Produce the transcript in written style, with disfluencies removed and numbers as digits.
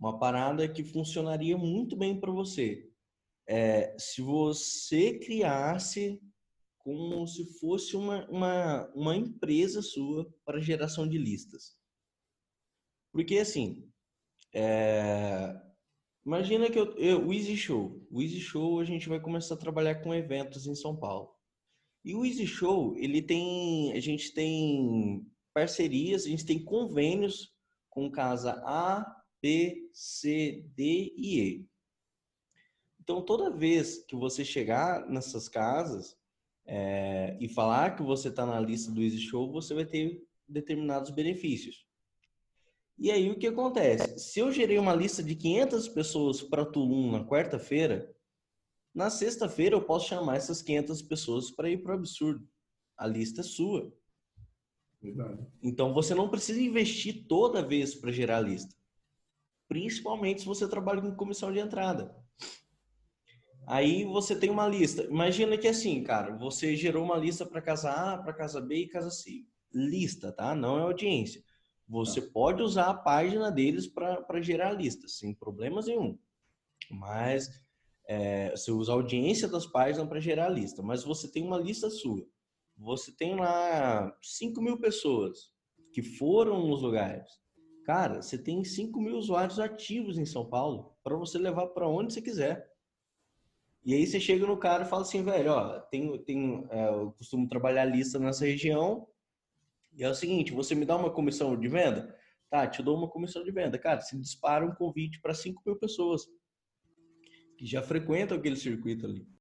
Uma parada que funcionaria muito bem para você. Se você criasse como se fosse uma empresa sua para geração de listas. Porque assim, é, imagina que o Easy Show. O Easy Show a gente vai começar a trabalhar com eventos em São Paulo. E o Easy Show, a gente tem parcerias, a gente tem convênios com casa A, B, C, D e E. Então, toda vez que você chegar nessas casas e falar que você está na lista do Easy Show, você vai ter determinados benefícios. E aí, o que acontece? Se eu gerei uma lista de 500 pessoas para Tulum na quarta-feira, na sexta-feira eu posso chamar essas 500 pessoas para ir para o Absurdo. A lista é sua. Verdade. Então, você não precisa investir toda vez para gerar a lista. Principalmente se você trabalha com comissão de entrada. Aí você tem uma lista. Imagina que assim, cara, você gerou uma lista para casa A, para casa B e casa C. Lista, tá? Não é audiência. Você Tá. pode usar a página deles para gerar listas, sem problemas nenhum. Mas você usa a audiência das páginas para gerar a lista. Mas você tem uma lista sua. Você tem lá 5.000 pessoas que foram nos lugares. Cara, você tem 5.000 usuários ativos em São Paulo para você levar para onde você quiser. E aí você chega no cara e fala assim, velho, ó, eu costumo trabalhar lista nessa região, e é o seguinte, você me dá uma comissão de venda? Tá, te dou uma comissão de venda. Cara, você dispara um convite para 5.000 pessoas que já frequentam aquele circuito ali.